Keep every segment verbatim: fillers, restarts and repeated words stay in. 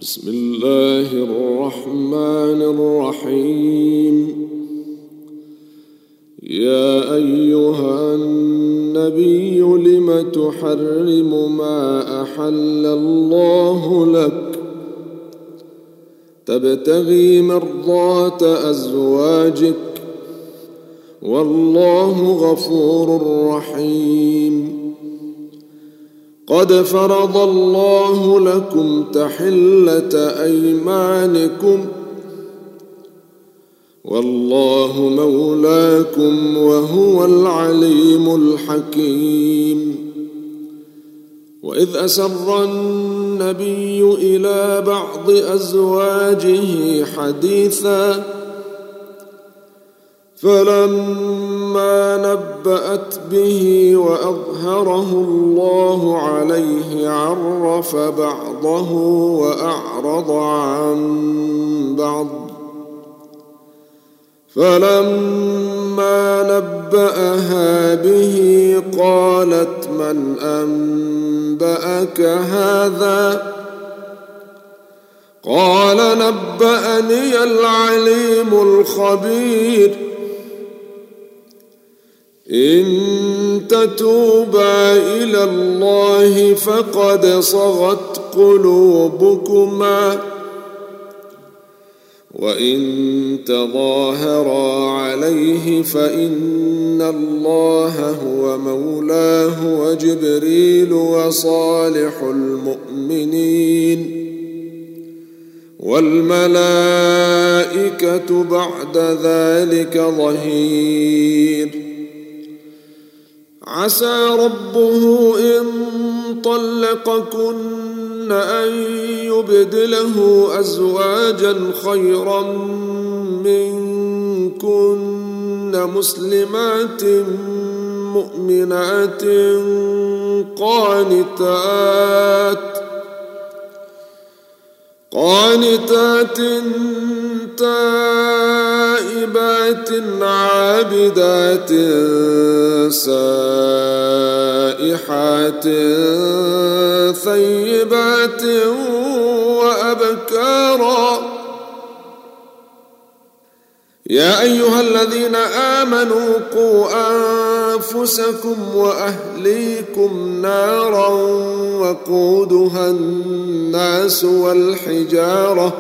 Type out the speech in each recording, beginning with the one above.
بسم الله الرحمن الرحيم. يا أيها النبي لم تحرم ما أحل الله لك تبتغي مرضات أزواجك والله غفور رحيم. قد فرض الله لكم تحلة أيمانكم والله مولاكم وهو العليم الحكيم. وإذ أسر النبي إلى بعض أزواجه حديثا فلما نبأت به وأظهره الله عليه عرف بعضه وأعرض عن بعض. فلما نبأها به قالت من أنبأك هذا؟ قال نبأني العليم الخبير. إن تتوبا إلى الله فقد صغت قلوبكما وإن تظاهرا عليه فإن الله هو مولاه وجبريل وصالح المؤمنين والملائكة بعد ذلك ظهير. عسى ربه إن طلقكن أن يبدله أزواجا خيرا منكن مسلمات مؤمنات قانتات قانتات تائبات عابدات سائحات ثيبات وأبكارا. يا أيها الذين آمنوا قوا أنفسكم وأهليكم نارا وقودها الناس والحجارة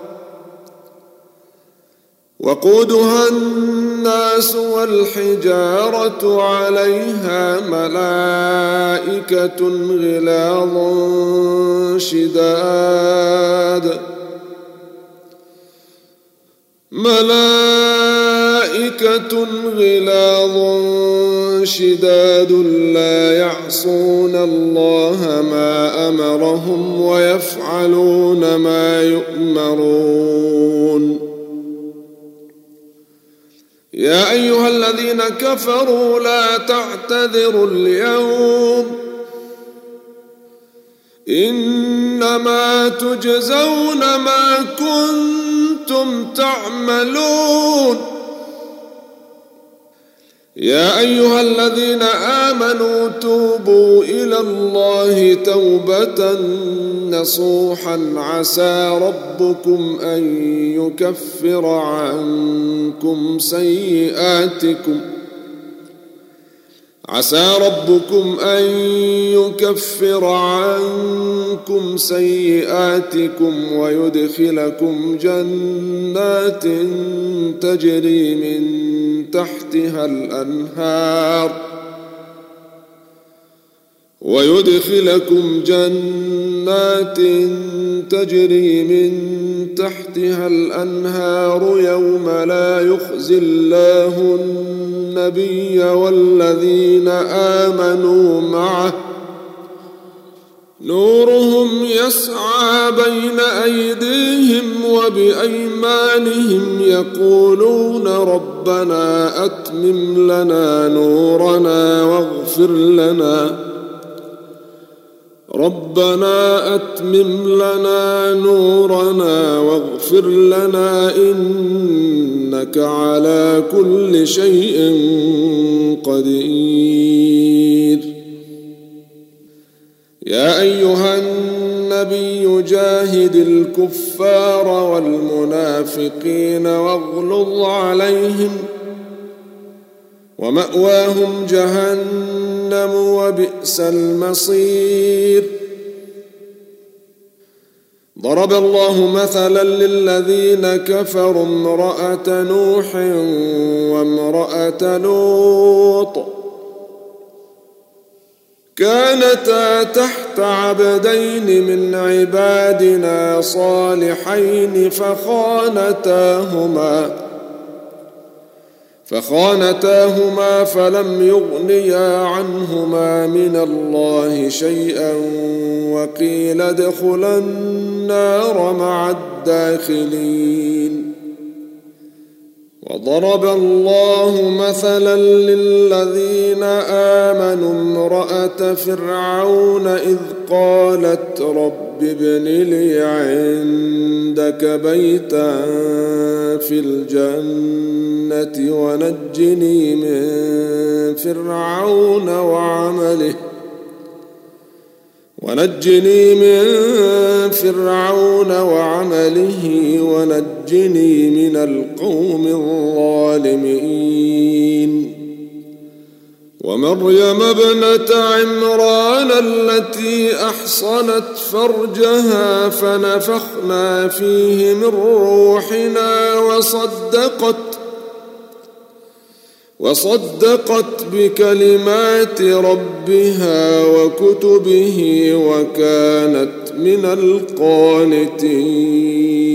وقودها الناس والحجارة عليها ملائكة غلاظ شداد ملائكة غلاظ شداد لا يعصون الله ما أمرهم ويفعلون ما يؤمرون. يا أيها الذين كفروا لا تعتذروا اليوم إنما تجزون ما كنتم تعملون. يا أيها الذين آمنوا توبوا إلى الله توبة نصوحا عسى ربكم أن يكفر عنكم سيئاتكم عسى ربكم أن يكفر عنكم سيئاتكم ويدخلكم جنات تجري من تحتها الأنهار ويدخلكم جنات تجري من تحتها الأنهار يوم لا يخزي الله النبي والذين آمنوا معه نورهم يسعى بين أيديهم وبأيمانهم يقولون ربنا أتمم لنا نورنا واغفر لنا ربنا أتمم لنا نورنا واغفر لنا إنك على كل شيء قدير. يا أيها النبي جاهد الكفار والمنافقين واغلظ عليهم ومأواهم جهنم وبئس المصير. ضرب الله مثلا للذين كفروا امرأة نوح وامرأة لوط كانتا تحت عبدين من عبادنا صالحين فخانتاهما فخانتاهما فلم يغنيا عنهما من الله شيئا وقيل ادخلا النار مع الداخلين. وضرب الله مثلا للذين آمنوا امرأة فرعون إذ قالت رب ابن لي عندك بيتا في الجنة ونجني من فرعون وعمله ونجني من فرعون وعمله ونجني من القوم الظالمين. ومريم ابنة عمران التي أحصنت فرجها فنفخنا فيه من روحنا وصدقت وصدقت بكلمات ربها وكتبه وكانت من القانتين.